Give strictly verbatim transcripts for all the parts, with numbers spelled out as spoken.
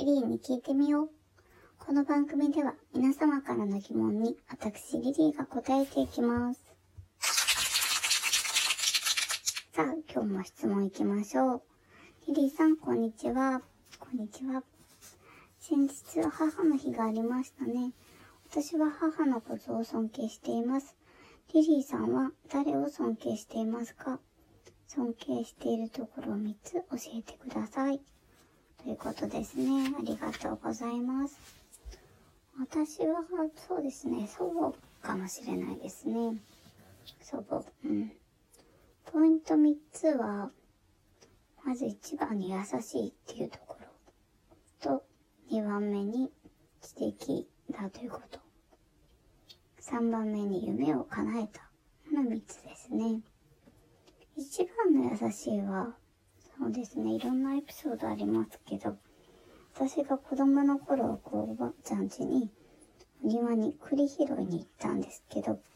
リリーに聞いてみよう。この番組では皆様からの疑問に私リリーが答えていきます。さあ、今日も質問いきましょう。リリーさん、こんにちは。こんにちは。先日母の日がありましたね。私は母のことを尊敬しています。リリーさんは誰を尊敬していますか？尊敬しているところをみっつ教えてください。ということですね。ありがとうございます。私は、そうですね、祖母かもしれないですね。祖母。うん。ポイントみっつは、まずいちばんに優しいっていうところと、にばんめに知的だということ。さんばんめに夢を叶えたのみっつですね。いちばんの優しいは、そうですね、いろんなエピソードありますけど、私が子供の頃、こう、おばあちゃん家に、お庭に栗拾いに行ったんですけど、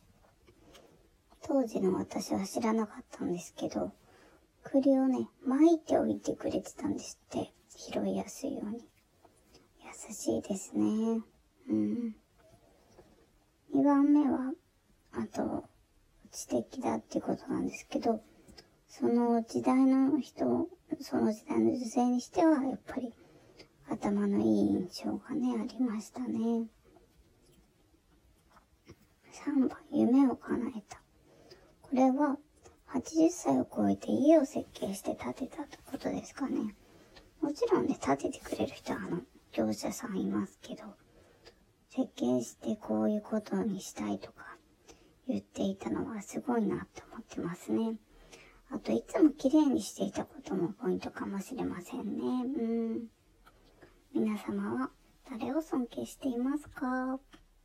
当時の私は知らなかったんですけど、栗をね、巻いておいてくれてたんですって。拾いやすいように。優しいですね。うん。にばんめは、あと、知的だっていうことなんですけど、その時代の人、その時代の女性にしては、やっぱり頭のいい印象がね、ありましたね。さんばん、夢を叶えた。これは、はちじゅっさいを超えて家を設計して建てたってことですかね。もちろんね、建ててくれる人は、あの、業者さんいますけど、設計してこういうことにしたいとか言っていたのはすごいなって思ってますね。あと、いつも綺麗にしていたこともポイントかもしれませんね。うん。皆様は誰を尊敬していますか？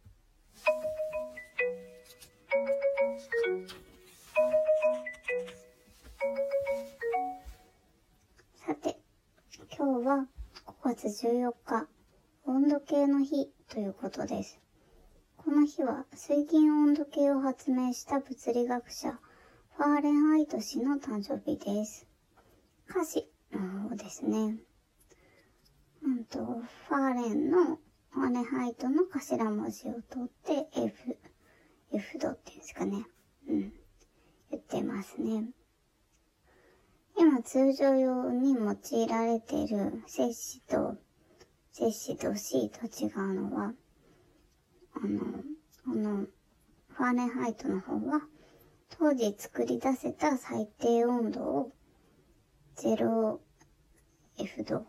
さて、今日はごがつじゅうよっか、温度計の日ということです。この日は水銀温度計を発明した物理学者、ファーレンハイト氏の誕生日です。歌詞の方ですね。うんと、ファーレンの、ファーレンハイトの頭文字を取って F、F 度っていうんですかね。うん。言ってますね。今通常用に用いられている摂氏と、摂氏と C と違うのは、あの、この、ファーレンハイトの方は、当時作り出せた最低温度を ゼロエフ 度。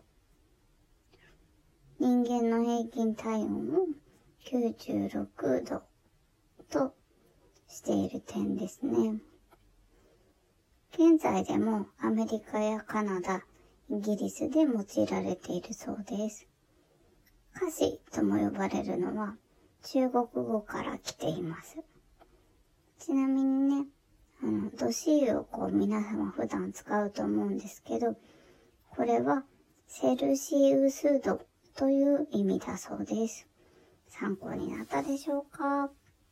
人間の平均体温をきゅうじゅうろくどとしている点ですね。現在でもアメリカやカナダ、イギリスで用いられているそうです。華氏とも呼ばれるのは中国語から来ています。ちなみにね、あの、度 C をこう皆様普段使うと思うんですけど、これはセルシウス度という意味だそうです。参考になったでしょうか？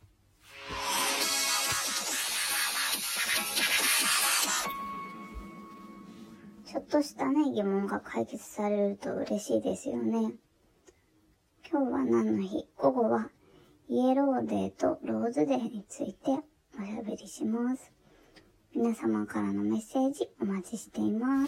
ちょっとしたね、疑問が解決されると嬉しいですよね。今日は何の日？午後はイエローデーとローズデーについておしゃべりします。皆様からのメッセージお待ちしています。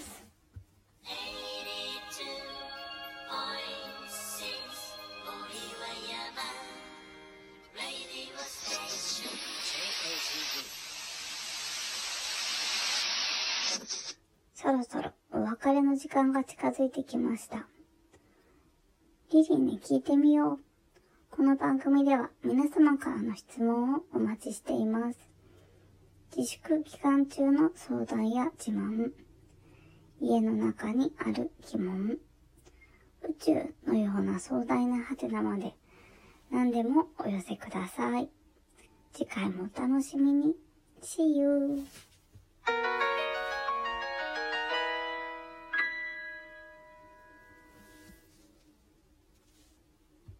そろそろお別れの時間が近づいてきました。リリーに聞いてみよう。この番組では皆様からの質問をお待ちしています。自粛期間中の相談や自慢、家の中にある疑問、宇宙のような壮大なハテナまで何でもお寄せください。次回もお楽しみに。See you!